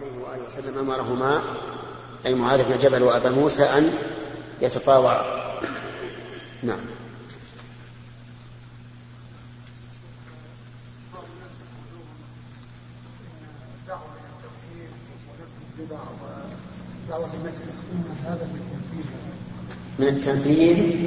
عليه وآله وسلم أمرهما أي معاذ بن جبل وأبا موسى أن يتطاوعا. نعم. من التنفيذ.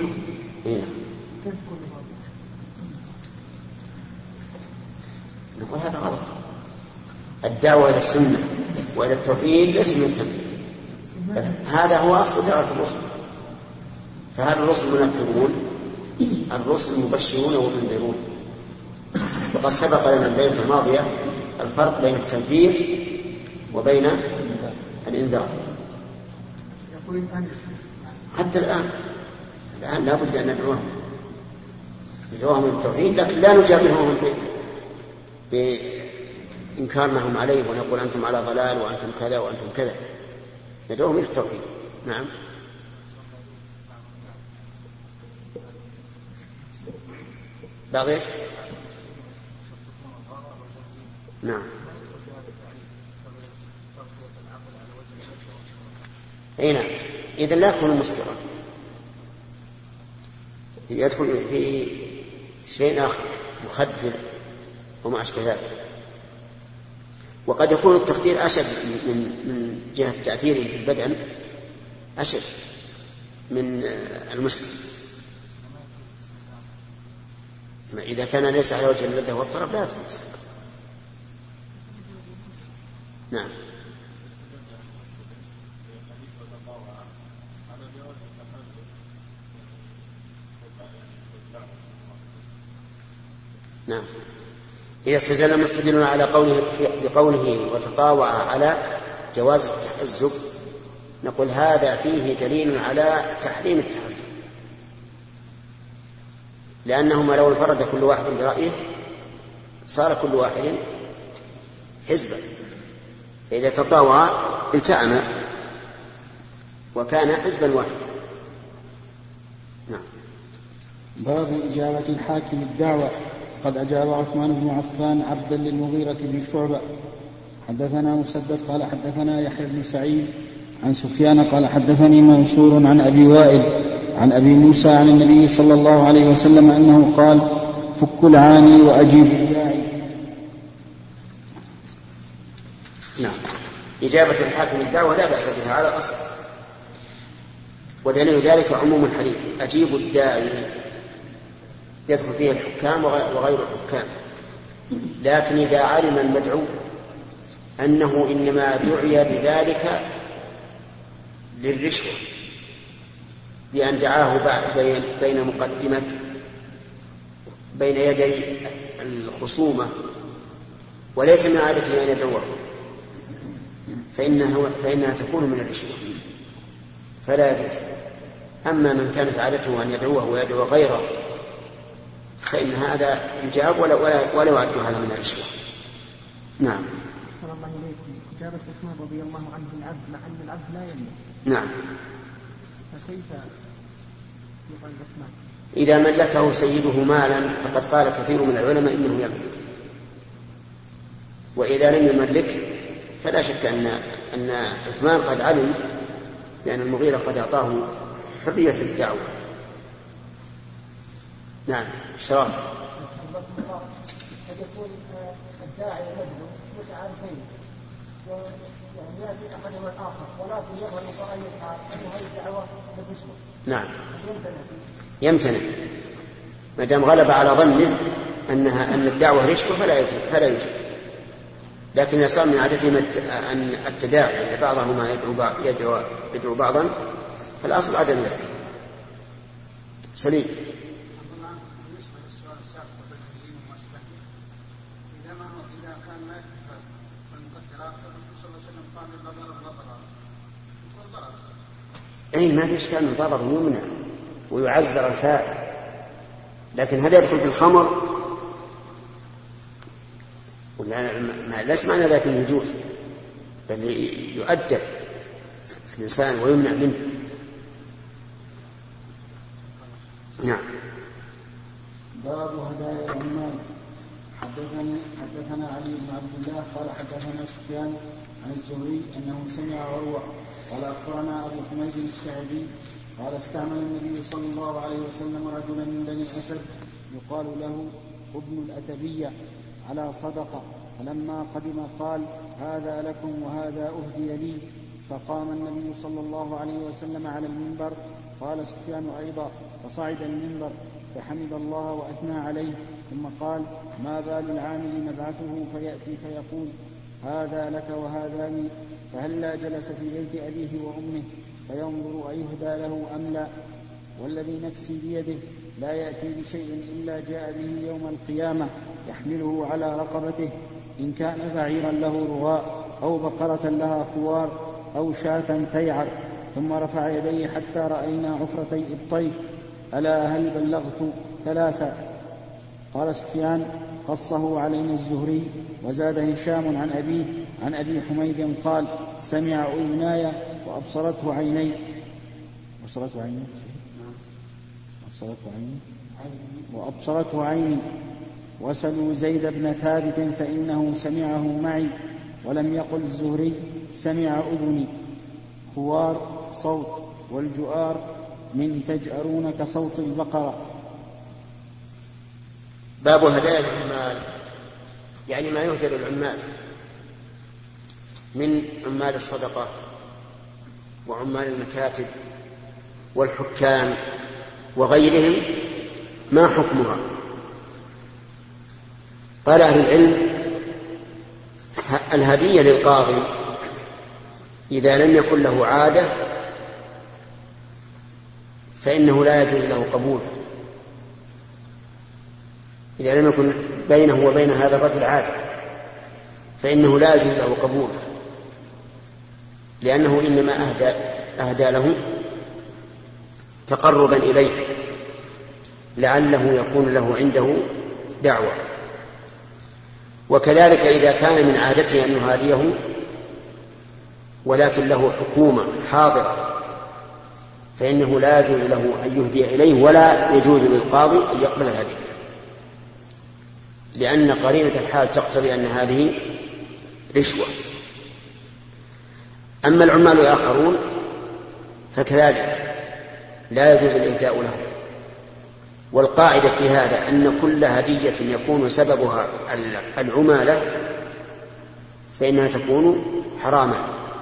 نقول هذا غلط. الدعوة إلى السنة وإلى التوحيد ليس من التنفيذ، هذا هو أصل دعوة الرسل. فهذا الرسل منفرون، الرسل مبشرون ومنذرون. وقد سبق لنا الليلة الماضية الفرق بين التنفيذ وبين الإنذار. حتى الآن لا بد أن ندعوهم للتوحيد، لكن لا نجابههم بإنكار ما هم عليه ونقول أنتم على ضلال وأنتم كذا وأنتم كذا، ندعوهم إلى التوحيد. نعم. بعض إيش؟ نعم. أي نعم. إذن لا يكون مسكرا، يدخل في شيء آخر مخدر وما أشبه ذلك. وقد يكون التخدير أشد من جهة تأثيره في البدن، أشد من المسكر. إذا كان ليس على وجه اللذة والطرب لا يدخل السكر. نعم. نعم. إذا استدل المستدلون على بقوله وتطاوع على جواز التحزب، نقول هذا فيه دليل على تحريم التحزب، لأنهما لو انفرد كل واحد برأيه صار كل واحد حزبا، فإذا تطاوع التأم وكان حزبا واحدا. نعم. باب إجابة الحاكم الدعوة. قد أجاب عثمان بن عفان عبدا للمغيرة بن شعبة. حدثنا مسدد قال حدثنا يحيى بن سعيد عن سفيان قال حدثني منصور عن أبي وائل عن أبي موسى عن النبي صلى الله عليه وسلم أنه قال فك العاني وأجيب الداعي. نعم. إجابة الحاكم الدعوة لا بأس بها على الأصل، ودليل ذلك عموم الحديث أجيب الداعي يدخل فيه الحكام وغير الحكام. لكن إذا علم المدعو أنه إنما دعي بذلك للرشوة بأن دعاه بين مقدمة بين يدي الخصومة وليس من عادته أن يدعوه، فإنها تكون من الرشوة فلا يجوز. أما من كانت عادته أن يدعوه ويدعو غيره فإن هذا يجاب ولا يعد هذا من الرشوة. نعم. صلى الله عليكم. إجابة عثمان رضي الله عنه العبد مع أن العبد لا يملك. نعم. فكيف يقال عثمان؟ إذا ملكه سيده مالا فقد قال كثير من العلماء إنه يملك، وإذا لم يملك فلا شك أن عثمان قد علم، لأن المغيرة قد أعطاه حرية الدعوة. نعم. اشتراط. قد يكون الداعي والمدعو متعارفين يعني يأتي أحدهما الآخر ولكن يظهر بأي حال أن هذه الدعوة بالرشوة. نعم. يمتنع ما دام غلب على ظنه أن الدعوة رشوة فلا يوجد. لكن إذا صار من عادتهم أن التداعي أن بعضهما يدعو بعضا فالأصل عدم ذلك. سليم. أي ما في إشكال أن ضرر يمنع ويعزر الفاعل، لكن هل يدخل في الخمر؟ ليس معنى ذلك أنه يجوز، بل يؤدب في الإنسان ويمنع منه. نعم. باب هدايا العمال. حدثنا علي بن عبد الله قال حدثنا سفيان عن الزهري أنه سمع عروة قال أخبرنا أبو حميد السعدي قال استعمل النبي صلى الله عليه وسلم رجلا من بني أسد يقال له ابن الأتبية على صدقة، فلما قدم قال هذا لكم وهذا أهدي لي، فقام النبي صلى الله عليه وسلم على المنبر. قال سفيان أيضا فصعد المنبر فحمد الله وأثنى عليه، ثم قال ما بال العامل نبعثه فيأتي فيقول هذا لك وهذا لي، فهلا جلس في بيت أبيه وأمه فينظر أيهدى له أم لا، والذي نفسي بيده لا يأتي بشيء إلا جاء به يوم القيامة يحمله على رقبته، إن كان بعيرا له رغاء أو بقرة لها خوار أو شاة تيعر. ثم رفع يديه حتى رأينا عفرتي إبطيه، ألا هل بلغت ثلاثة؟ قال سفيان قصه علينا الزهري. وزاد هشام عن أبيه عن أبي حميد قال سمع أذناي وأبصرته عيني وأبصرته عيني وسلوا زيد بن ثابت فإنه سمعه معي، ولم يقل الزهري سمع أذني. خوار صوت، والجؤار من تجأرون كصوت البقرة. باب هدايا العمال، يعني ما يهدى للعمال من عمال الصدقة وعمال المكاتب والحكام وغيرهم، ما حكمها؟ قال أهل العلم الهدية للقاضي إذا لم يكن له عادة فإنه لا يجوز له قبوله، إذا لم يكن بينه وبين هذا الرجل عادة فإنه لا يجوز له قبوله، لأنه إنما أهدى له تقربا إليه لعله يكون له عنده دعوة. وكذلك إذا كان من عادته أن يهاديه ولكن له حكومة حاضرة فإنه لا يجوز له أن يهدي إليه، ولا يجوز للقاضي أن يقبل الهدية، لأن قرينة الحال تقتضي أن هذه رشوة. أما العمال الآخرون فكذلك لا يجوز الإهداء لهم. والقاعدة في هذا أن كل هدية يكون سببها العمالة فإنها تكون حراما،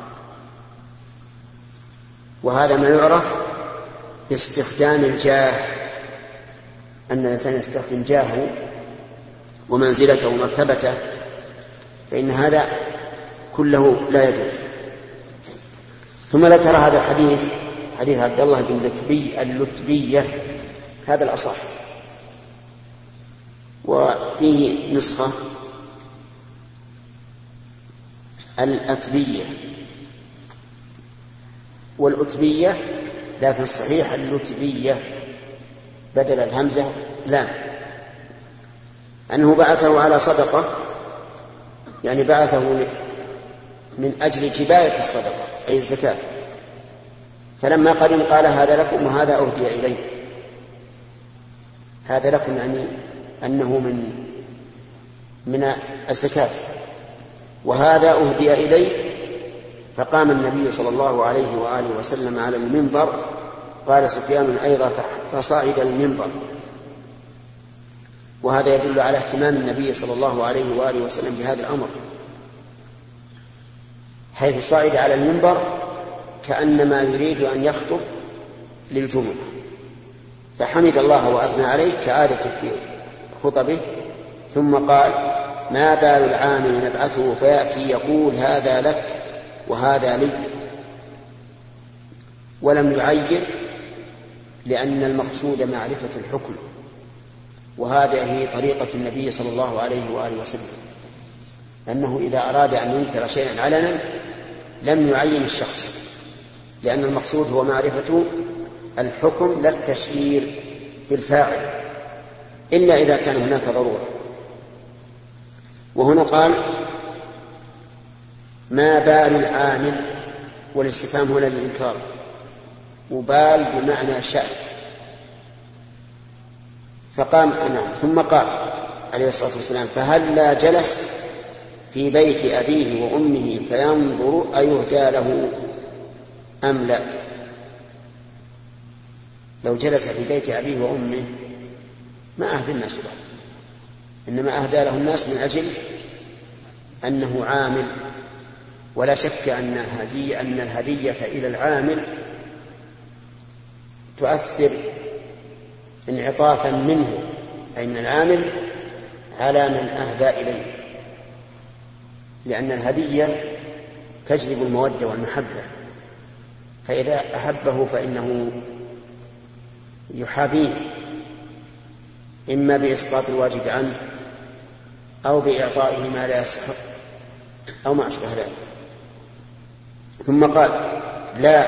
وهذا ما يعرف باستخدام الجاه، أن الإنسان يستخدم جاهه ومنزلته ومرتبته، فإن هذا كله لا يجوز. ثم ذكر هذا حديث عبد الله بن اللتبية، هذا الأصح، وفيه نسخة الأتبية والأتبية، لكن الصحيح اللتبية بدل الهمزة لام، أنه بعثه على صدقة، يعني بعثه من أجل جباية الصدقة أي الزكاة، فلما قدم قال هذا لكم وهذا أهدي إلي. هذا لكم يعني أنه من الزكاة، وهذا أهدي إلي. فقام النبي صلى الله عليه وآله وسلم على المنبر، قال سفيان أيضا فصعد المنبر، وهذا يدل على اهتمام النبي صلى الله عليه وآله وسلم بهذا الأمر، حيث صعد على المنبر كأنما يريد أن يخطب للجمعة، فحمد الله وأثنى عليه كعادة في خطبه، ثم قال ما بال العامل نبعثه فيأتي يقول هذا لك وهذا لي، ولم يعين، لأن المقصود معرفة الحكم، وهذه هي طريقة النبي صلى الله عليه وآله وسلم، أنه إذا أراد أن ينكر شيئا علنا لم يعين الشخص، لأن المقصود هو معرفة الحكم لا التشهير بالفاعل، إلا إذا كان هناك ضرورة. وهنا قال ما بال العامل، والاستفهام هنا للإنكار، وبال بمعنى شأن. فقام ثم قال عليه الصلاة والسلام فهل لا جلس في بيت أبيه وأمه فينظر أيهدى له أم لا. لو جلس في بيت أبيه وأمه ما أهدى الناس له، إنما أهدى له الناس من أجل أنه عامل. ولا شك أن الهدية إلى العامل تؤثر انعطافا منه، أي من العامل على من أهدى إليه، لأن الهدية تجلب المودة والمحبة، فإذا أحبه فإنه يحابيه إما بإسقاط الواجب عنه أو بإعطائه ما لا يستحق أو ما أشبه ذلك. ثم قال لا،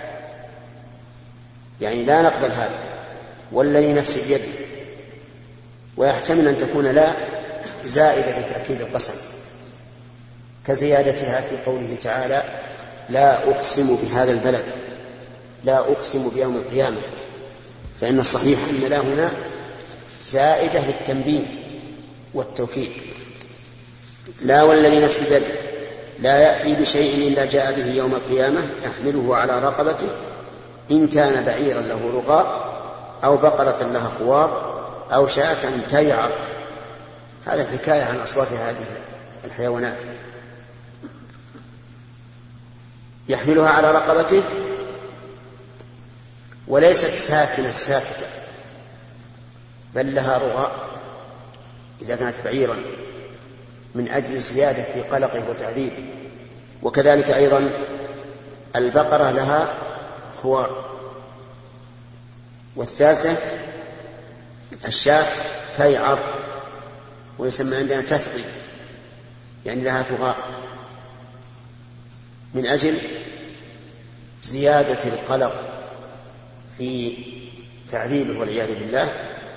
يعني لا نقبل هذا والذي نفسي بيده، ويحتمل أن تكون لا زائدة لتأكيد القسم، كزيادتها في قوله تعالى لا أقسم بهذا البلد، لا أقسم بيوم القيامة، فإن الصحيح أن لا هنا زائدة للتنبيه والتوكيد. لا والذي نفسي بيده لا يأتي بشيء إلا جاء به يوم القيامة يحمله على رقبته، إن كان بعيرا له رغاء أو بقرة لها خوار أو شاة تيعر. هذا حكاية عن أصوات هذه الحيوانات. يحملها على رقبته وليست ساكنة ساكتة، بل لها رغاء إذا كانت بعيرا من أجل الزيادة في قلقه وتعذيبه. وكذلك أيضا البقرة لها خوار. والثالثة الشاة تيعر، ويسمى عندنا تثقي، يعني لها ثغاء، من أجل زيادة القلق في تعذيبه والعياذ بالله.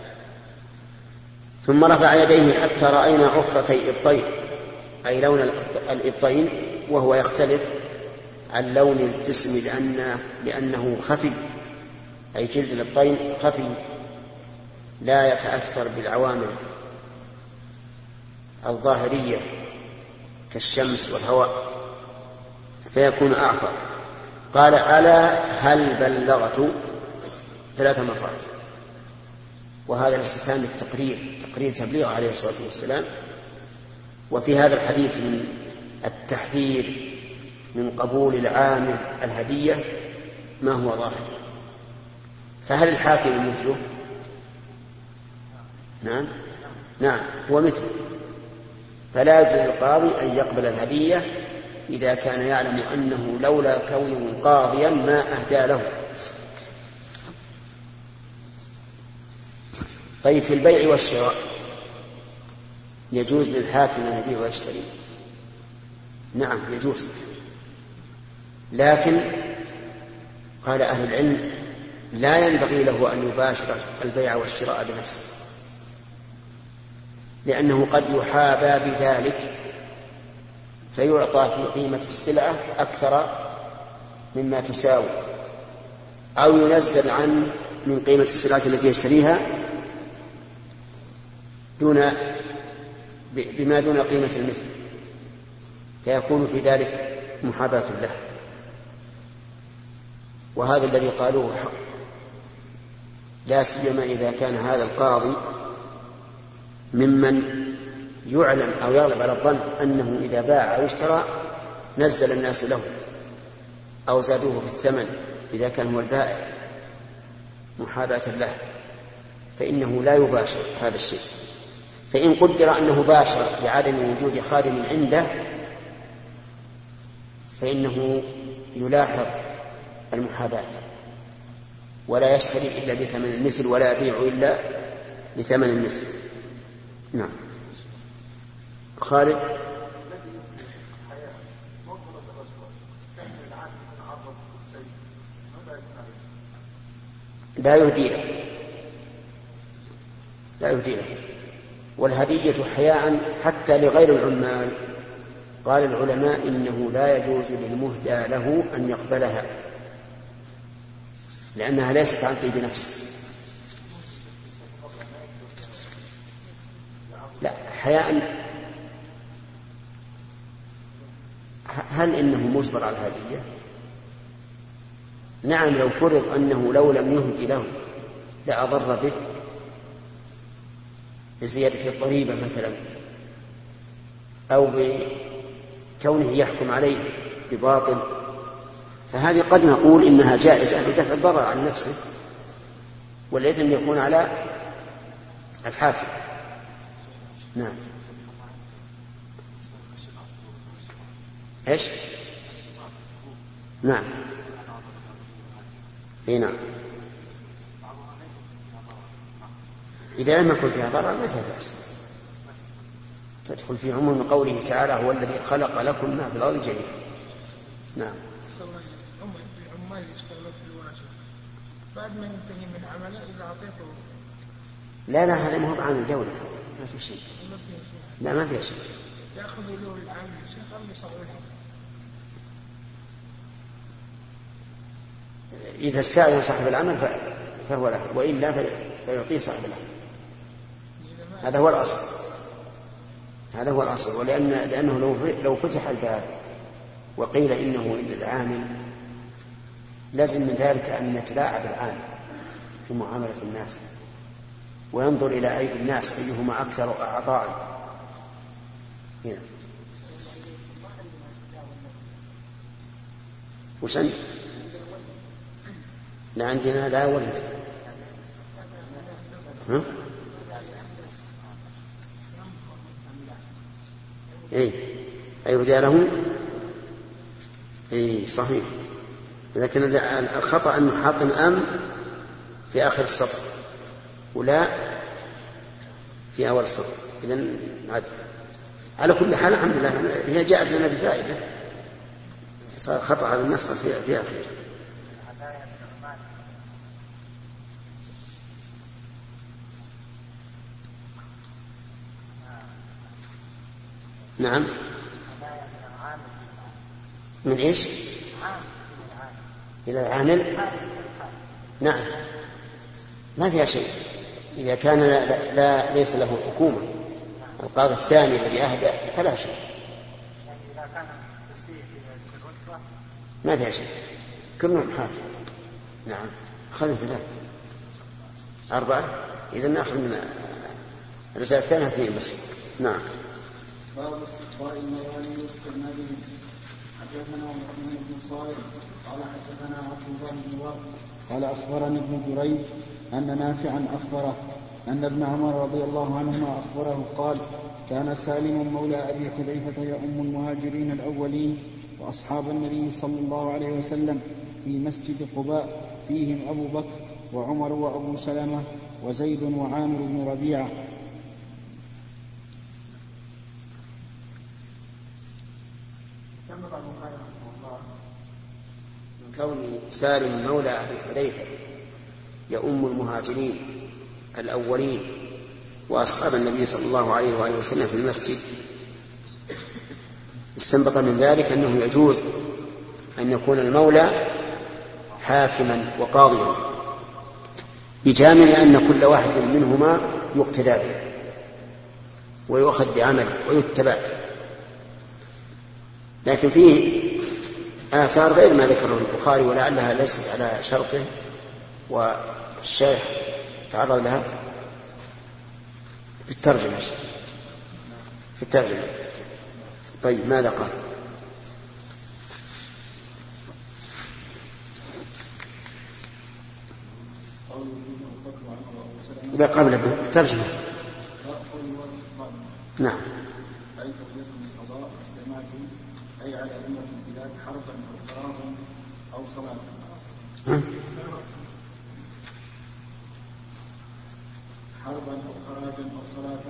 ثم رفع يديه حتى رأينا عفرتي إبطيه، أي لون الإبطين، وهو يختلف عن لون الجسم لأنه خفي، أي جلد الإبطين خفي لا يتأثر بالعوامل الظاهرية كالشمس والهواء، فيكون أعفر. قال ألا هل بلغت 3 مرات، وهذا الاستفهام للتقرير، تقرير تبليغ عليه الصلاة والسلام. وفي هذا الحديث من التحذير من قبول العامل الهدية ما هو ظاهر. فهل الحاكم مثله؟ نعم هو مثله. فلا يجوز للقاضي أن يقبل الهدية إذا كان يعلم أنه لولا كونه قاضيا ما أهدى له. طيب في البيع والشراء يجوز للحاكم أن يبيع ويشتري؟ نعم يجوز، لكن قال أهل العلم لا ينبغي له أن يباشر البيع والشراء بنفسه، لأنه قد يحابى بذلك فيعطى في قيمة السلعة أكثر مما تساوي، أو ينزل عنه من قيمة السلعة التي يشتريها بما دون قيمة المثل، فيكون في ذلك محاباة له. وهذا الذي قالوه حق، لا سيما إذا كان هذا القاضي ممن يعلم أو يغلب على الظن أنه إذا باع أو اشترى نزل الناس له أو زادوه في الثمن إذا كان هو البائع محاباة له، فإنه لا يباشر هذا الشيء. فإن قدر أنه باشر لعدم وجود خادم عنده فإنه يلاحظ المحاباة ولا يشتري إلا بثمن المثل ولا يبيع إلا بثمن المثل. نعم. خالد. لا يهدي له، والهدية حياء حتى لغير العمال. قال العلماء إنه لا يجوز للمهدى له أن يقبلها لأنها ليست عن طيب نفس. لا، هل إنه مجبر على الهدية؟ نعم، لو فرض أنه لو لم يهدي له لأضر به بزيادة الضريبة مثلا، أو بكونه يحكم عليه بباطل، فهذه قد نقول إنها جائزة لدفع الضرر عن نفسه، والإثم يكون على الحاكم. نعم. إيش؟ نعم. اي نعم. إذا لم يكن فيها ضرر ما فيها بأس، تدخل في عموم قوله تعالى هو الذي خلق لكم ما في الأرض جميعا. نعم. العمال يشتغلون في الورشة بعد ما ينتهي من عمله إذا أعطيته لا هذا ما هو بعمل دولة، ما في شيء. لا ما فيها شيء. يأخذوا له العامل شيء أم يصعدونه؟ إذا استأذن صاحب العمل فهو له، وإلا فيعطيه صاحب العمل. هذا هو الأصل، هذا هو الأصل. لأنه لو فتح الباب وقيل إنه للعامل لازم من ذلك أن يتلاعب العامل في معاملة الناس وينظر إلى أيدي الناس أيهما أكثر أعطاء. وسن لا عندنا لا ولا ها؟ أيهدى له؟ صحيح، لكن الخطأ أنه حاط أم في آخر السطر ولا في أول السطر. إذن على كل حال الحمد لله هي جاءت لنا بفائدة، صار خطأ هذا النسخ في آخر. نعم. من إيش؟ إلى العامل. نعم ما فيها شيء إذا كان ليس له حكومة. القاضي الثاني الذي أهدى فلا شيء، ما فيها شيء، كلهم حاكم. نعم. خذوا 3 4. إذا نأخذ من الرسالة الثانية 2 بس. نعم. باب استقبال الموالي واستئنابهم. حدثنا محمد بن صالح قال حدثنا عبد الله بن وهب قال اخبرني ابن جريج ان نافعا اخبره ان ابن عمر رضي الله عنهما اخبره قال كان سالم مولى ابي حذيفه يؤم المهاجرين الاولين واصحاب النبي صلى الله عليه وسلم في مسجد قباء، فيهم ابو بكر وعمر وابو سلمه وزيد وعامر بن ربيعه. من كون سالم مولى أبي حذيفة يؤم المهاجرين الأولين وأصحاب النبي صلى الله عليه وآله وسلم في المسجد، استنبط من ذلك أنه يجوز أن يكون المولى حاكما وقاضيا، بجامع أن كل واحد منهما يقتدى به ويؤخذ بعمله ويتبع. لكن فيه آثار غير ما ذكره البخاري ولعلها ليست على شرطه، والشيخ تعرض لها في الترجمة. طيب ماذا قال؟ لا قبل الترجمة. نعم. أي على أئمة البلاد حربا أو فراغا أو صلاة. حربا أو خراجا أو صلاة.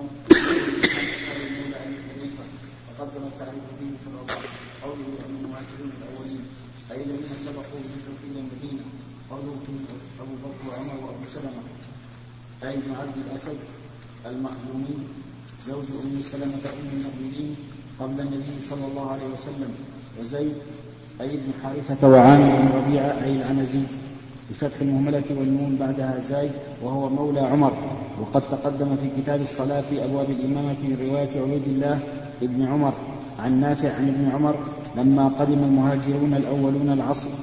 تقدم التعريف به في الرضاع. قوله أن المهاجرين الأولين أي الذين سبقوا بهجرة إلى المدينة. قوله أبو بكر وعمر وأبو سلمة أي بن عبد الأسد المخزومي زوج أم سلمة أم المؤمنين قبل النبي صلى الله عليه وسلم. وزيد أي بن حارثة وعامر بن ربيعة أي العنزي بفتح المهملة والنون بعدها زايد وهو مولى عمر. وقد تقدم في كتاب الصلاة في أبواب الإمامة من رواية عبيد الله ابن عمر عن نافع عن ابن عمر لما قدم المهاجرون الأولون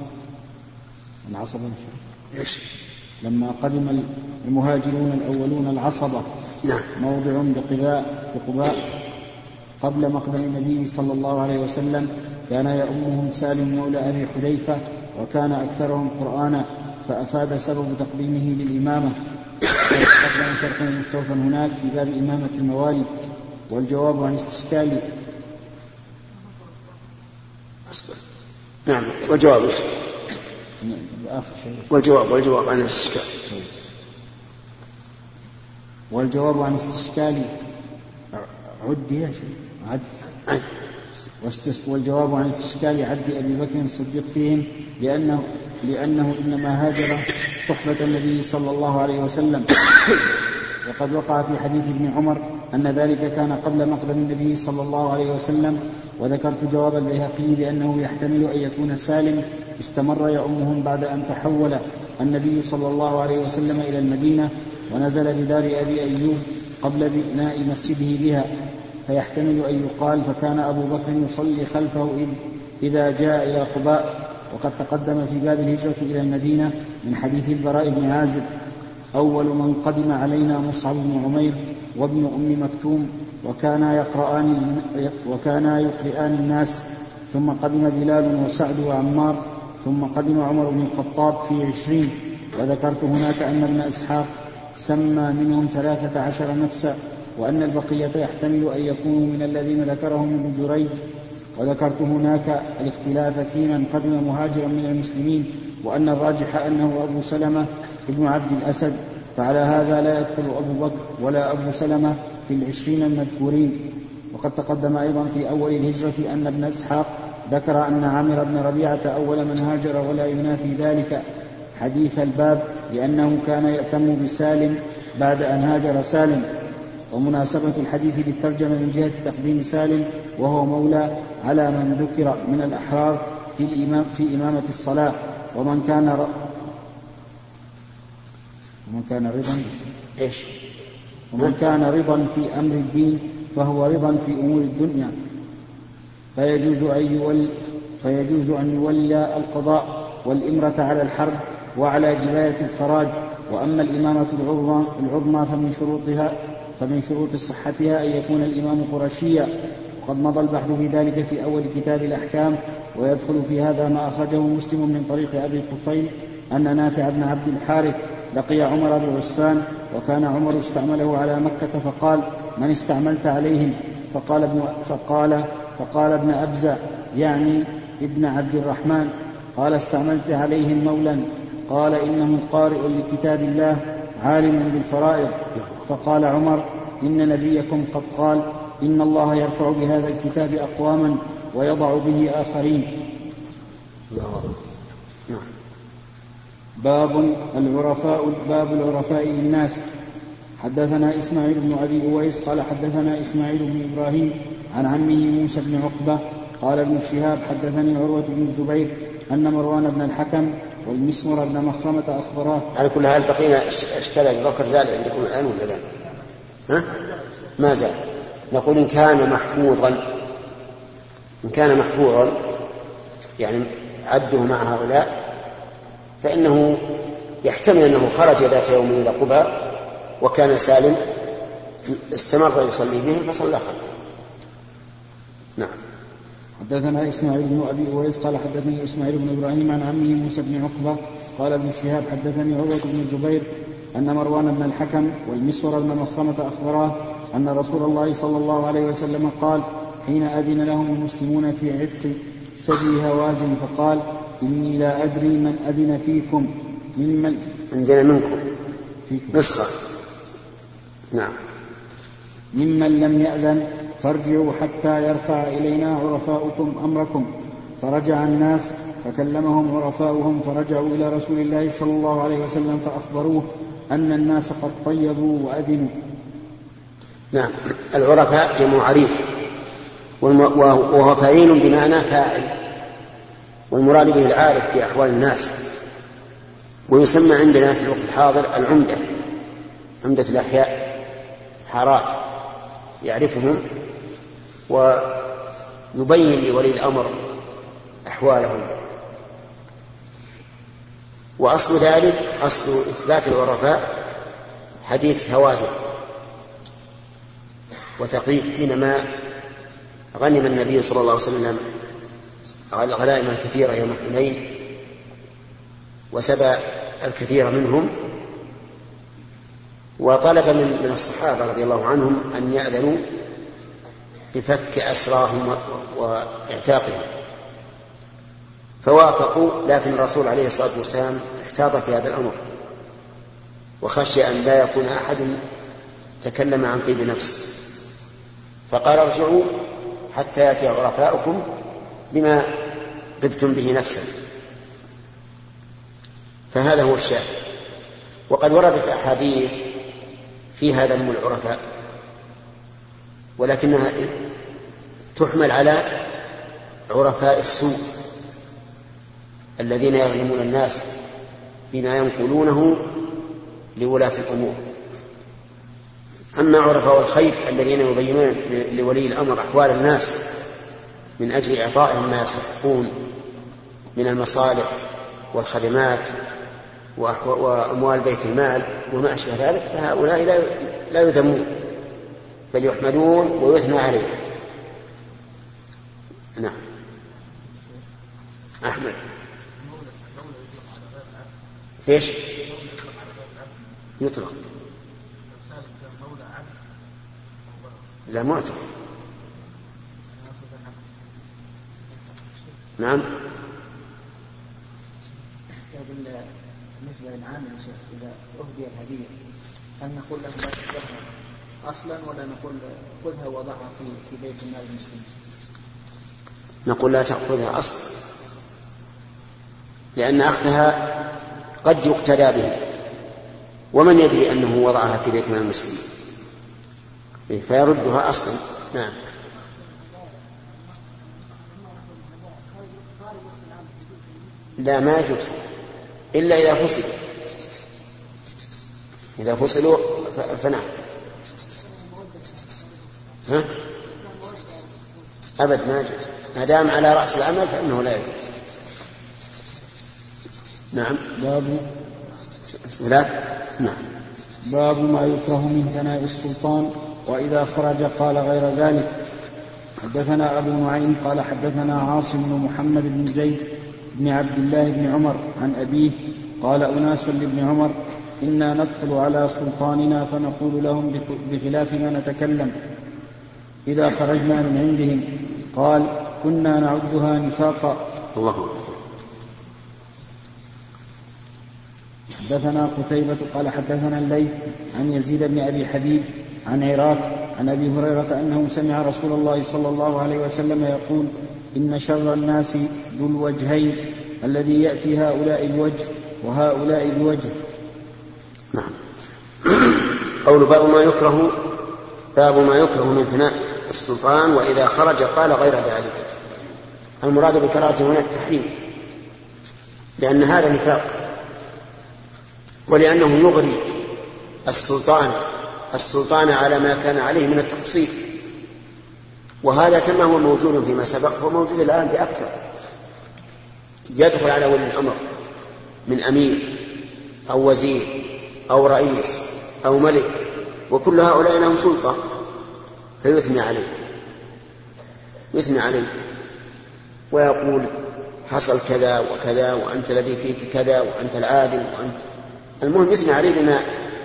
لما قدم المهاجرون الأولون العصبة موضع بقباء قبل مقدم النبي صلى الله عليه وسلم كان يؤمهم سالم مولى أبي حذيفة وكان أكثرهم قرآنا فأفاد سبب تقديمه للإمامة. قبل أن شرح مستوفى هناك في باب إمامة الموالي. والجواب عن استشكال نعم والجواب عن الاستشكال. والجواب عن استشكال والجواب عن استشكال عبد أبي بكر الصديق فيهم لأنه إنما هاجر صحبة النبي صلى الله عليه وسلم. وقد وقع في حديث ابن عمر أن ذلك كان قبل مقدم النبي صلى الله عليه وسلم. وذكرت جواب البيهقي بأنه يحتمل أن يكون سالم استمر يؤمهم بعد أن تحول النبي صلى الله عليه وسلم إلى المدينة ونزل بدار أبي أيوب قبل بناء مسجده بها، فيحتمل أن يقال فكان أبو بكر يصلي خلفه إذا جاء إلى قباء. وقد تقدم في باب الهجرة إلى المدينة من حديث البراء بن عازب أول من قدم علينا مصعب بن عمير وابن أم مكتوم وكانا يقرئان الناس، ثم قدم بلال وسعد وعمار، ثم قدم عمر بن الخطاب في 20. وذكرت هناك أن ابن إسحاق سمى منهم 13 نفسا، وأن البقية يحتمل أن يكونوا من الذين فذكرهم ابن جريج. وذكرت هناك الاختلاف في من قدم مهاجرا من المسلمين، وأن الراجح أنه أبو سلمة ابن عبد الأسد، فعلى هذا لا يدخل أبو بكر ولا أبو سلمة في 20 المذكورين. وقد تقدم أيضا في أول الهجرة أن ابن إسحاق ذكر أن عامر بن ربيعة أول من هاجر، ولا ينافي ذلك حديث الباب لأنه كان يأتم بسالم بعد أن هاجر سالم. ومناسبة الحديث بالترجمة من جهة تقديم سالم وهو مولى على من ذكر من الأحرار في إمامة الصلاة. ومن كان رضا في أمر الدين فهو رضا في أمور الدنيا، فيجوز أن يولى القضاء والإمرة على الحرب وعلى جباية الفراج. وأما الإمامة العظمى فمن شروط صحتها أن يكون الإمام قرشيا، وقد مضى البحث في ذلك في أول كتاب الأحكام. ويدخل في هذا ما أخرجه مسلم من طريق أبي الطفيل أن نافع بن عبد الحارث لقي عمر بن عثمان، وكان عمر استعمله على مكة، فقال: من استعملت عليهم؟ فقال ابن أبزة يعني ابن عبد الرحمن. قال: استعملت عليهم مولا. قال: إنه قارئ لكتاب الله عالم بالفرائض. فقال عمر: إن نبيكم قد قال: إن الله يرفع بهذا الكتاب أقواما ويضع به آخرين. باب العرفاء للناس. حدثنا إسماعيل بن أبي أويس قال حدثنا إسماعيل بن إبراهيم عن عمه موسى بن عقبة قال ابن شهاب حدثني عروة بن الزبير أن مروان بن الحكم والمسور بن مخرمة أخبراه. على كل حال بقينا اشكال أبي بكر زال عندكم الآن ولا لا؟ ما زال. نقول إن كان محفوظا يعني عده مع هؤلاء، فإنه يحتمل أنه خرج ذات يوم إلى قباء وكان سالم استمر يصلي بهم فصلى خلفه. نعم. حدثنا إسماعيل بن أبي أويس قال حدثني إسماعيل بن إبراهيم عن عمه موسى بن عقبة قال ابن شهاب حدثني عروة بن الزبير أن مروان بن الحكم والمسور بن مخرمة أخبراه أن رسول الله صلى الله عليه وسلم قال حين أذن لهم المسلمون في عتق سبي هوازن فقال: إني لا أدري من أذن فيكم ممن أذن منكم نسخة. نعم. ممن لم يأذن فارجعوا حتى يرفع إلينا عرفاؤكم أمركم. فرجع الناس فكلمهم عرفاؤهم فرجعوا إلى رسول الله صلى الله عليه وسلم فأخبروه أن الناس قد طيبوا وأذنوا. نعم. العرفاء جمع عريف وهو فعيل بمعنى فاعل، والمراد به العارف بأحوال الناس، ويسمى عندنا في الوقت الحاضر عمدة الأحياء حارات يعرفهم يبين لولي الأمر أحوالهم. وأصل ذلك أصل إثبات العرفاء حديث هوازن وثقيف حينما غنم النبي صلى الله عليه وسلم غنائم كثيرة يوم حنين وسبى الكثير منهم، وطلب من الصحابة رضي الله عنهم أن يأذنوا بفك أسراهم واعتاقهم، فوافقوا، لكن الرسول عليه الصلاة والسلام احتاط في هذا الأمر وخشي أن لا يكون أحد تكلم عن طيب نفس، فقال ارجعوا حتى يأتي عرفاؤكم بما طبتم به نفسا. فهذا هو الشاهد. وقد وردت أحاديث فيها ذم العرفاء، ولكنها تحمل على عرفاء السوء الذين يظلمون الناس بما ينقلونه لولاة الأمور. أما عرفاء الخير الذين يبينون لولي الأمر أحوال الناس من أجل إعطائهم ما يستحقون من المصالح والخدمات وأموال بيت المال وما أشبه ذلك، فهؤلاء لا يذمون بل يحمدون ويثنى عليهم. نعم. أحمد إيش يطلق؟ لا معتق. نعم. بالنسبة للعامل يا شيخ، إذا أهدي الهدية هل نقول له لا تأخذها أصلا ولا نقول خذها وضعها في بيت المال المسلم؟ نقول لا تأخذها أصلا، لأن أخذها قد يقتدى به، ومن يدري أنه وضعها في بيت المال المسلم فيردها أصلا. نعم. لا، ما يجوز إلا إذا فصلوا. إذا فصلوا فنعم. أبد ما يجوز، ما دام على رأس العمل فإنه لا يجوز. نعم. باب ما يكره من ثناء السلطان وإذا خرج قال غير ذلك. حدثنا أبو نعيم قال حدثنا عاصم بن محمد بن زيد بن عبد الله بن عمر عن أبيه قال أناس لابن عمر إنا ندخل على سلطاننا فنقول لهم بخلاف ما نتكلم إذا خرجنا من عندهم. قال كنا نعدها نفاقا. الله. حدثنا قتيبة قال حدثنا الليث عن يزيد بن أبي حبيب عن عراك عن أبي هريرة أنه سمع رسول الله صلى الله عليه وسلم يقول إن شر الناس ذو الوجهين الذي يأتي هؤلاء الوجه وهؤلاء الوجه. نعم. قول باب ما يكره من ثناء السلطان وإذا خرج قال غير ذلك. المراد بكراهته هنا التحريم، لأن هذا نفاق، ولأنه يغري السلطان على ما كان عليه من التقصير، وهذا كما هو موجود فيما سبق هو موجود الآن بأكثر. يدخل على ولي الأمر من أمير أو وزير أو رئيس أو ملك، وكل هؤلاء لهم سلطة، فيثني عليه ويقول حصل كذا وكذا وأنت الذي فيك كذا وأنت العادل وأنت، المهم يثني عليه بما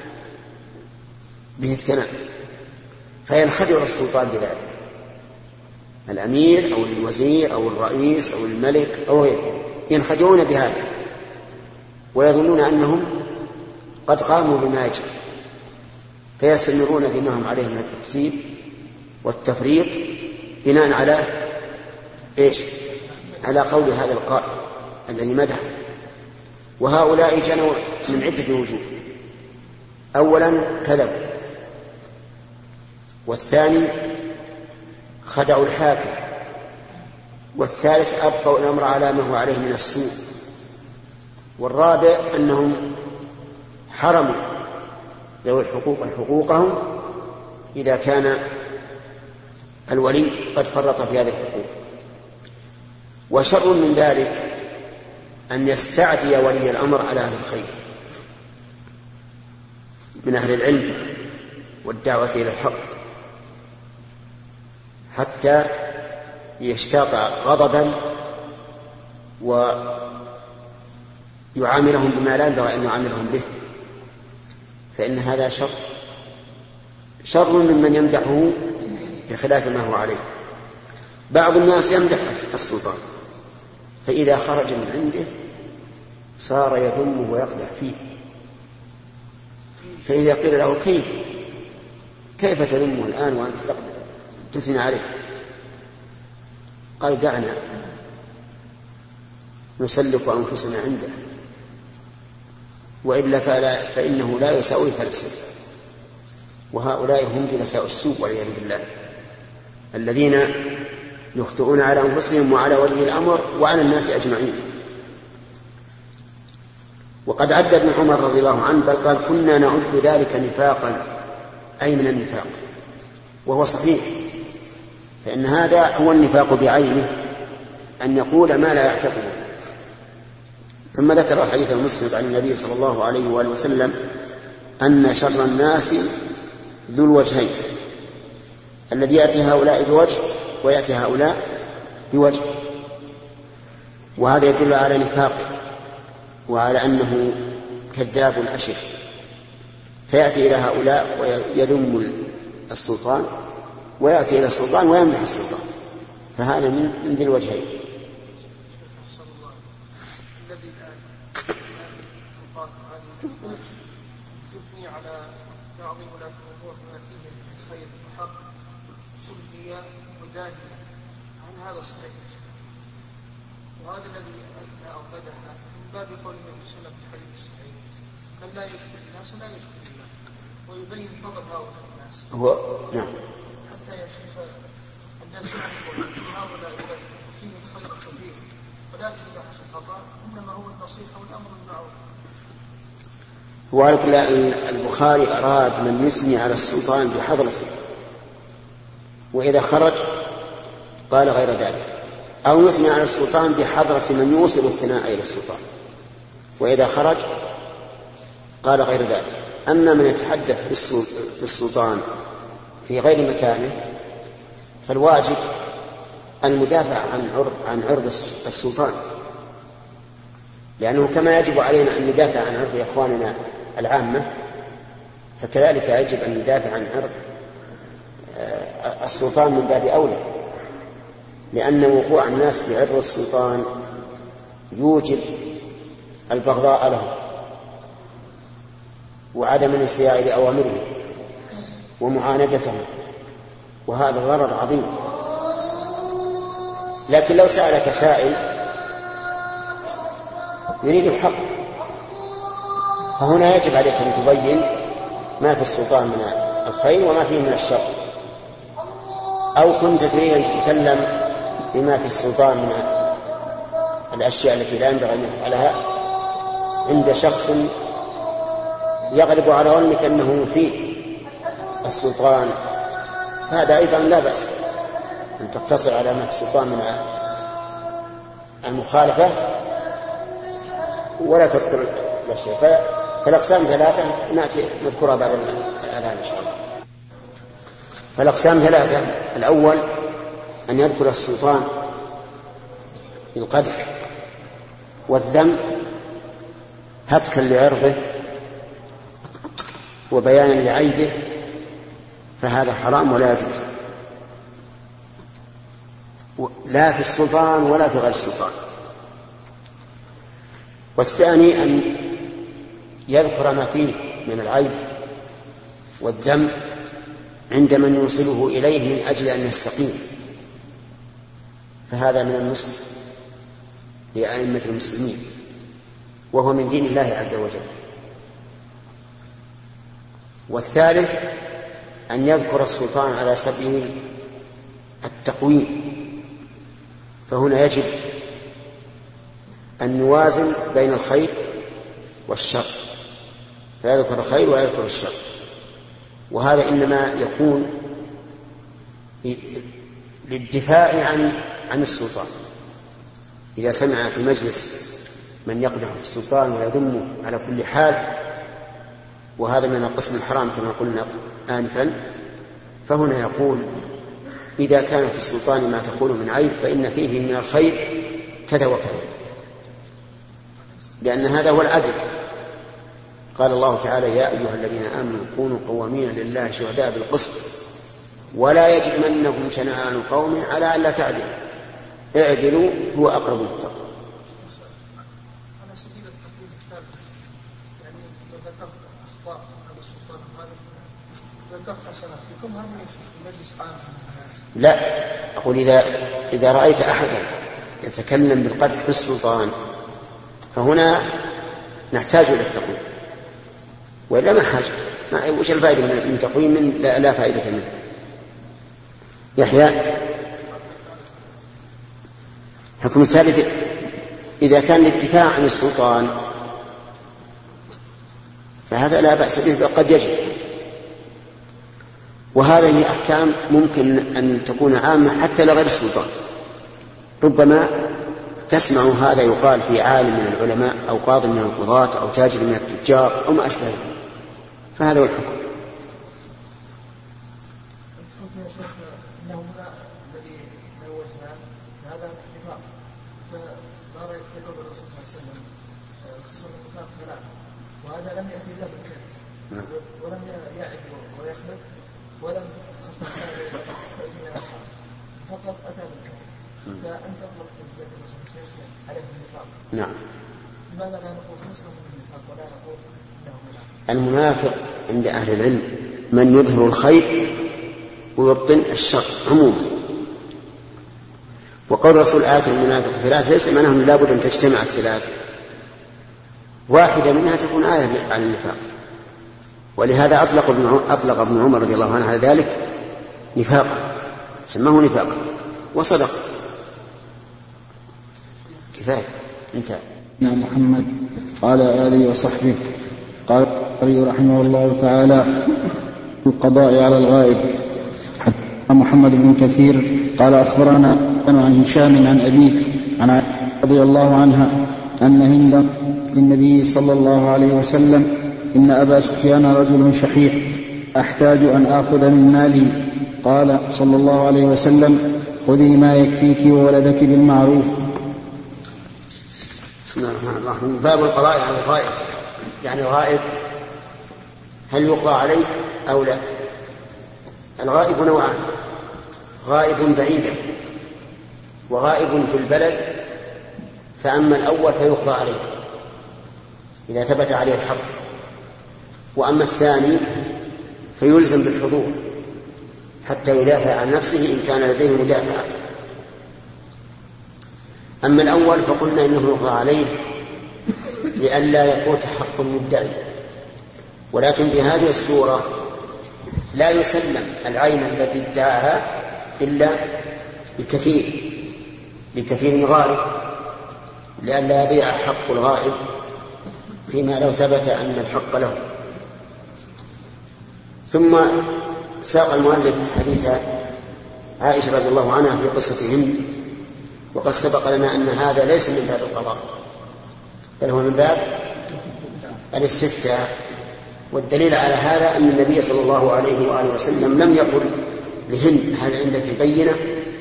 به الثناء، فينخدع السلطان بذلك، الأمير أو الوزير أو الرئيس أو الملك أو غيره ينخدعون بهذا ويظنون أنهم قد قاموا بما يجب، فيستمرون فيما هم عليه من التقصير والتفريط بناء على إيش؟ على قول هذا القائل الذي مدحه. وهؤلاء جنوا من عدة وجوه: أولا كذبوا، والثاني خدعوا الحاكم، والثالث أبقوا الأمر على ما هو عليه من السوء، والرابع أنهم حرموا ذوي الحقوق حقوقهم إذا كان الولي قد فرط في هذه الحقوق. وشر من ذلك أن يستعدي ولي الأمر على أهل الخير من أهل العلم والدعوة إلى الحق حتى يشتاق غضبا ويعاملهم بما لا ينبغي أن يعاملهم به، فإن هذا شر ممن يمدحه بخلاف ما هو عليه. بعض الناس يمدح السلطان، فإذا خرج من عنده صار يذمه ويقدح فيه، فإذا قيل له كيف تذمه الآن وأنت تثني عليه؟ قال دعنا نسلك أنفسنا عنده، وإلا فإنه لا يساوي فلسفة. وهؤلاء هم جلساء السوء والعياذ بالله، الذين يخطئون على أنفسهم وعلى ولي الأمر وعلى الناس أجمعين. وقد عد ابن عمر رضي الله عنه بل قال كنا نعد ذلك نفاقا، أي من النفاق، وهو صحيح، فإن هذا هو النفاق بعينه، أن يقول ما لا يعتقده. ثم ذكر الحديث المسند عن النبي صلى الله عليه وآله وسلم أن شر الناس ذو الوجهين، الذي يأتي هؤلاء بوجه ويأتي هؤلاء بوجه، وهذا يدل على نفاقه وعلى أنه كذاب أشر، فيأتي إلى هؤلاء ويذم السلطان، ويأتي إلى السلطان ويمدح السلطان، فهذا من ذي الوجهين. يثني على بعض ولاة الأمور بما فيه من خير وحق سلبيا ودانيا، عن هذا صحيح. وهذا الذي أثنى أو مدح من باب قول النبي صلى الله عليه وسلم في الحديث الصحيح من لا يشكر الناس لا يشكر الله، ويبين فضل هؤلاء الناس حتى يشوف الناس يعرفون هؤلاء ولاة الأمور فيهم خير كثير، ولكن إذا حصل خطأ إنما هو النصيحة والأمر بالمعروف. وعلى كل البخاري أراد من يثني على السلطان بحضرته، وإذا خرج قال غير ذلك، أو يثني على السلطان بحضرة من يوصل الثناء إلى السلطان، وإذا خرج قال غير ذلك. أما من يتحدث بالسلطان في غير مكانه فالواجب المدافع عن عرض السلطان، لأنه كما يجب علينا أن ندافع عن عرض إخواننا العامة، فكذلك يجب أن ندافع عن عرض السلطان من باب أولى، لأن وقوع الناس بعرض السلطان يوجب البغضاء له وعدم الانصياع لأوامره ومعاندته، وهذا ضرر عظيم. لكن لو سألك سائل يريد الحق، فهنا يجب عليك أن تبين ما في السلطان من الخير وما فيه من الشر، أو كنت تريد أن تتكلم بما في السلطان من الأشياء التي لا ينبغي أن يفعلها عند شخص يغلب على ظنك أنه مفيد السلطان، هذا أيضا لا بأس أن تقتصر على ما في السلطان من المخالفة ولا تذكر الأشياء. فالأقسام ثلاثة نذكرها بعد الأذان إن شاء الله. فالأقسام ثلاثة: الأول أن يذكر السلطان بالقدح والذم هتكا لعرضه وبيانا لعيبه، فهذا حرام ولا يجوز، لا في السلطان ولا في غير السلطان. والثاني أن يذكر ما فيه من العيب والذم عند من يوصله إليه من أجل أن يستقيم، فهذا من النصح لأئمة المسلمين، وهو من دين الله عز وجل. والثالث أن يذكر السلطان على سبيل التقويم، فهنا يجب أن نوازن بين الخير والشر، فيذكر الخير ويذكر الشر، وهذا إنما يكون للدفاع عن السلطان. إذا سمع في مجلس من يقدح في السلطان ويذمه على كل حال، وهذا من القسم الحرام كما قلنا آنفا، فهنا يقول إذا كان في السلطان ما تقول من عيب فإن فيه من الخير كذا وكذا، لأن هذا هو العدل. قال الله تعالى: يا أيها الذين آمنوا كونوا قوامين لله شهداء بالقسط ولا يجرمنكم شنآن قوم على ألا تعدلوا اعدلوا هو أقرب للتقوى. على سبيل التقويم الثالث، يعني إذا ذكرت أخطاء على السلطان هذا ذكرت حسنات يكون هذا مجلس عام. لا، أقول إذا رأيت أحدا يتكلم بالقدح في السلطان فهنا نحتاج إلى التقويم، وإلا ما حاجة، وش الفائدة من تقويم لا فائدة منه. يحيى. حكم الثالث إذا كان للدفاع عن السلطان فهذا لا بأس به، قد يجب. وهذه أحكام ممكن أن تكون عامة حتى لغير السلطان. ربما تسمع هذا يقال في عالم من العلماء أو قاضي من القضاة أو تاجر من التجار أو ما أشبه ذلك، فهذا هو الحكم. وهذا لم يأتي إلا بالكذب ولم يعد ويخلف ولم خصم ويجمع الأصحاب، فقط أتى بالكذب. فأنت أطلقت الزكاة والخمسين عليه النفاق. نعم. لماذا لا نقول خصم من النفاق ولا نقول له منافق؟ المنافق عند أهل العلم من يظهر الخير ويبطن الشر عموما. وقول رسول آية المنافق ثلاث ليس معناه لا بد أن تجتمع الثلاث، واحدة منها تكون آية عن النفاق. ولهذا أطلق ابن عمر رضي الله عنه على ذلك نفاقا، سماه نفاقا وصدق. كفاية انتهى. محمد قال آله وصحبه. قال رحمه الله تعالى: القضاء على الغائب. حدثنا محمد بن كثير قال أخبرنا عن هشام عن أبيه عن عائشة رضي الله عنها أن هند للنبي صلى الله عليه وسلم: إن أبا سفيان رجل شحيح أحتاج أن آخذ من ماله. قال صلى الله عليه وسلم: خذي ما يكفيك وولدك بالمعروف. بسم الله الرحمن الرحيم. باب القضاء على الغائب. يعني الغائب هل يقضى عليه أو لا؟ الغائب نوعان: غائب بعيدا وغائب في البلد. فأما الأول فيقضى عليه إذا ثبت عليه الحق، وأما الثاني فيلزم بالحضور حتى يدافع عن نفسه إن كان لديه مدافع. أما الأول فقلنا إنه يقضى عليه لئلا يفوت حق المدعي، ولكن في هذه الصورة لا يسلم العين التي ادعاها إلا بكثير غائب، لئلا يضيع حق الغائب فيما لو ثبت أن الحق له. ثم ساق المؤلف حديث عائشة رضي الله عنها في قصة هند، وقد سبق لنا أن هذا ليس من باب القضاء بل هو من باب الاستفتاء. والدليل على هذا أن النبي صلى الله عليه وآله وسلم لم يقل لهند: هل عندك بينة؟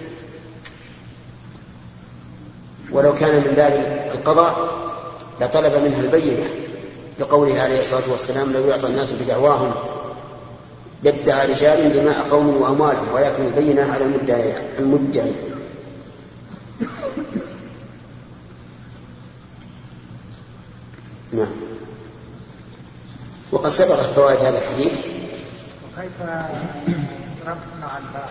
ولو كان من باب القضاء لطلب منها البينة، لقوله عليه الصلاة والسلام: لو يعطى الناس بدعواهم لادعى رجال دماء قوم وأموالهم ولكن البينة على المدعي. نعم. وقد سبقت فوائد هذا الحديث. وكيف ربنا على الباب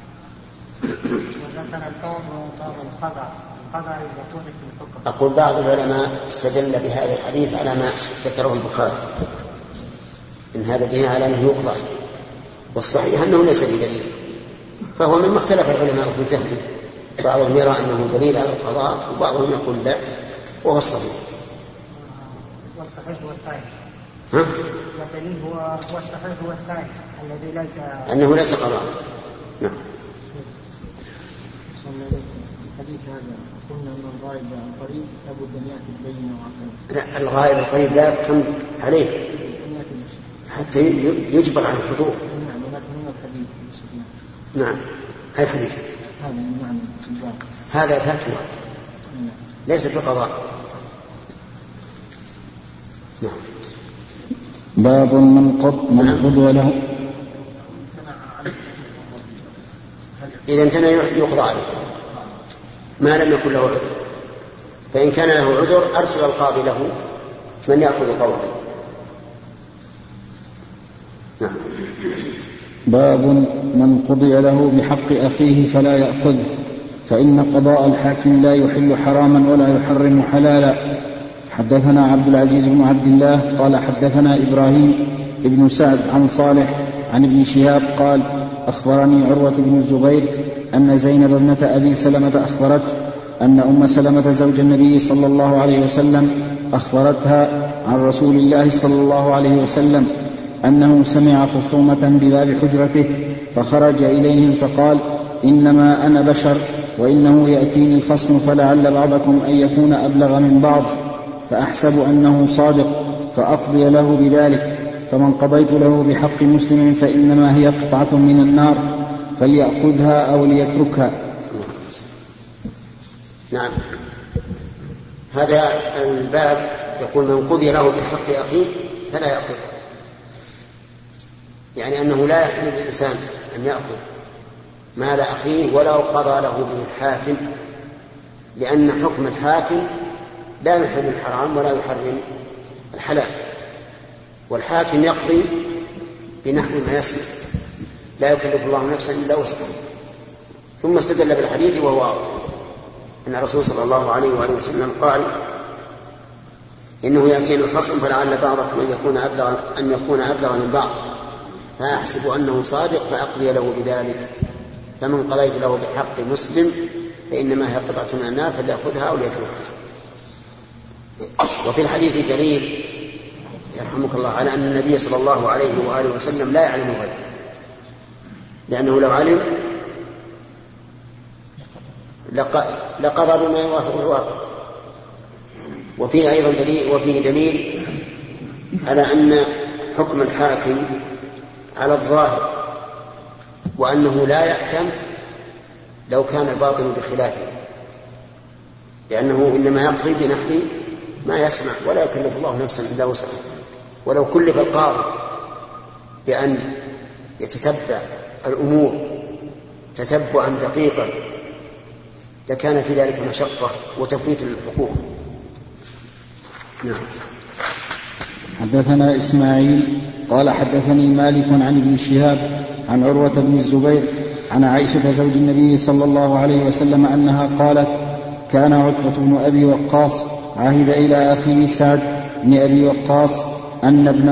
وذكر القوم القضاء يكون في الحكم. أقول بعض العلماء استدل بهذا الحديث على ما ذكره البخاري، إن هذا دليل على أنه يقضى، والصحيح أنه ليس بدليل، فهو مما اختلف العلماء في فهمه. بعضهم يرى أنه دليل على القضاء وبعضهم يقول لا، وهو الصحيح. والصحيح هو الثاني. الدليل هو الصحيح هو الثاني الذي ليس أنه ليس قضاء. نعم. الحديث هذا قلنا أن الغائب عن قريب لابد أن يأتي ببينة وعقل. لا، الغائب القريب لا يحكم عليه حتى يجبر على الحضور. نعم، ولكن هنا الحديث. نعم، أي حديث هذا؟ نعم، هذا فتوى ليس بقضاء. نعم. باب من قضي له. إذا امتنع يقضى عليه ما لم يكن له عذر، فإن كان له عذر أرسل القاضي له من يأخذ قوله. نعم. باب من قضي له بحق أخيه فلا يأخذه، فإن قضاء الحاكم لا يحل حراما ولا يحرم حلالا. حدثنا عبد العزيز بن عبد الله قال حدثنا إبراهيم بن سعد عن صالح عن ابن شهاب قال أخبرني عروة بن الزبير أن زينب ابنة أبي سلمة أخبرت أن أم سلمة زوج النبي صلى الله عليه وسلم أخبرتها عن رسول الله صلى الله عليه وسلم أنه سمع خصومة بباب حجرته فخرج إليهم فقال إنما أنا بشر وإنه يأتيني الخصم فلعل بعضكم أن يكون أبلغ من بعض فأحسب أنه صادق فأقضي له بذلك، فمن قضيت له بحق مسلم فإنما هي قطعة من النار فليأخذها أو ليتركها. نعم. هذا الباب يقول من قضي له بحق أخيه فلا يأخذ، يعني أنه لا يحل للإنسان أن يأخذ مال أخيه ولو قضى له به الحاكم، لأن حكم الحاكم لا يحل الحرام ولا يحرم الحلال، والحاكم يقضي بنحو ما يسمع، لا يكلف الله نفسا إلا وسعها. ثم استدل بالحديث وهو أن الرسول صلى الله عليه وآله وسلم قال إنه يأتيني الخصم فلعل بعضكم أن يكون أبلغ من بعض فأحسب أنه صادق فأقضي له بذلك، فمن قضيت له بحق مسلم فإنما هي قطعة من النار فليأخذها أو ليتركها. وفي الحديث دليل يرحمك الله على أن النبي صلى الله عليه وآله وسلم لا يعلم الغيب، لأنه لو علم لقضى بما يوافق الواقع. وفيه أيضا دليل على أن حكم الحاكم على الظاهر، وأنه لا يأثم لو كان الباطن بخلافه، لأنه إنما يقضي بنحو ما يسمع ولا يكلف الله نفسا إلا وسعها. ولو كلف القاضي بأن يتتبع الأمور تتبعا دقيقا لكان في ذلك مشقة وتفويت للحقوق. نعم. حدثنا إسماعيل قال حدثني مالك عن ابن شهاب عن عروة بن الزبير عن عائشة زوج النبي صلى الله عليه وسلم أنها قالت كان عتبة بن أبي وقاص عهد إلى أخيه سعد بن أبي وقاص أن ابن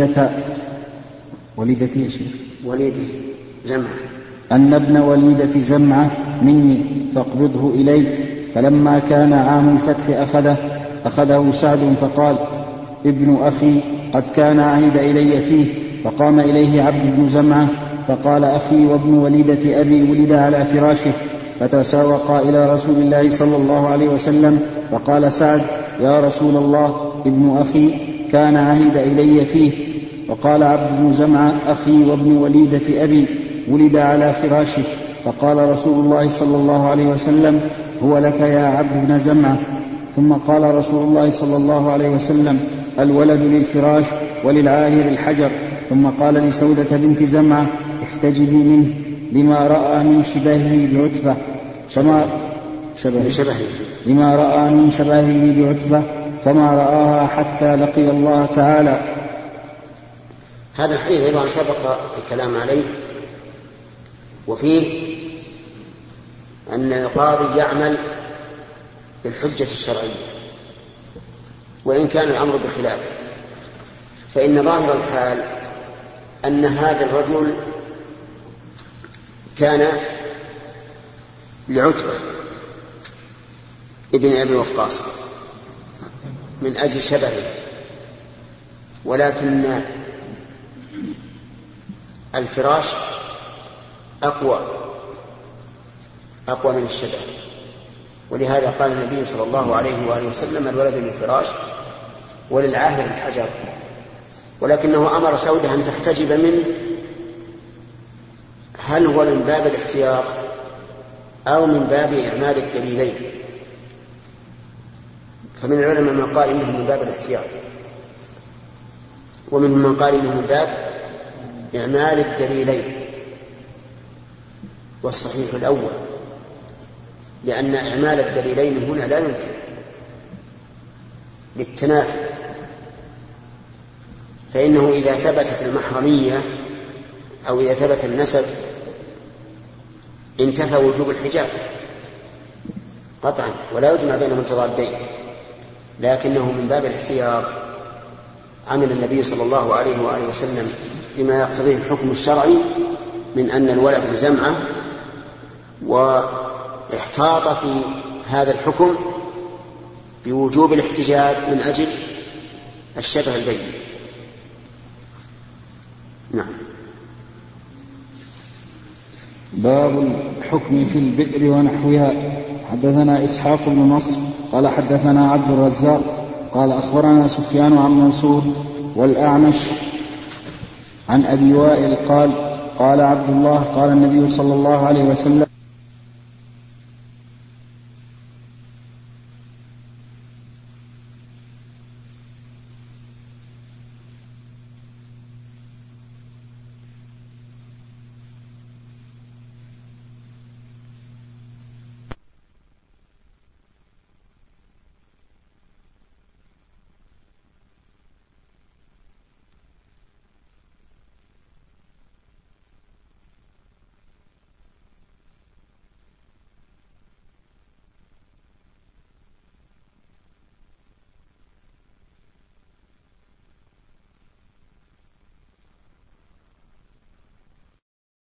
أن ابن وليدة زمعة مني فاقبضه إليك، فلما كان عام الفتح أخذه سعد فقال ابن أخي قد كان عهد إلي فيه، فقام إليه عبد بن زمعة فقال أخي وابن وليدة أبي ولد على فراشه، فتساوقا إلى رسول الله صلى الله عليه وسلم، فقال سعد يا رسول الله ابن أخي كان عهد إلي فيه، وقال عبد بن زمعة أخي وابن وليدة أبي ولد على فراشه، فقال رسول الله صلى الله عليه وسلم هو لك يا عبد بن زمعة. ثم قال رسول الله صلى الله عليه وسلم الولد للفراش وللعاهر الحجر. ثم قال لسودة بنت زمعة احتجبي منه لما رأى من شبهه بعتبة فما رآها حتى لقي الله تعالى. هذا الحديث أيضا سبق الكلام عليه، وفيه أن القاضي يعمل بالحجة الشرعية وإن كان الأمر بخلافه، فإن ظاهر الحال أن هذا الرجل كان لعتبة ابن أبي وقاص من أجل شبهه، ولكن الفراش أقوى من الشبه، ولهذا قال النبي صلى الله عليه وآله وسلم: الولد للفراش وللعاهر الحجر. ولكنه أمر سودة أن تحتجب منه. هل هو من باب الاحتياط أو من باب إعمال الدليلين؟ فمن العلماء من قال إنه من باب الاحتياط، ومنهم من قال إنه من باب إعمال الدليلين، والصحيح الأول، لأن إعمال الدليلين هنا لا يمكن للتنافي، فإنه إذا ثبتت المحرمية أو إذا ثبت النسب انتفى وجوب الحجاب قطعا، ولا يجمع بين متضادين. لكنه من باب الاحتياط عمل النبي صلى الله عليه وآله وسلم بما يقتضيه الحكم الشرعي من أن الولد لزمعة، واحتاط في هذا الحكم بوجوب الاحتجاب من أجل الشبه البين. نعم. باب الحكم في البئر ونحوها. حدثنا إسحاق بن نصر قال حدثنا عبد الرزاق قال أخبرنا سفيان عن منصور والأعمش عن أبي وائل قال قال عبد الله قال النبي صلى الله عليه وسلم: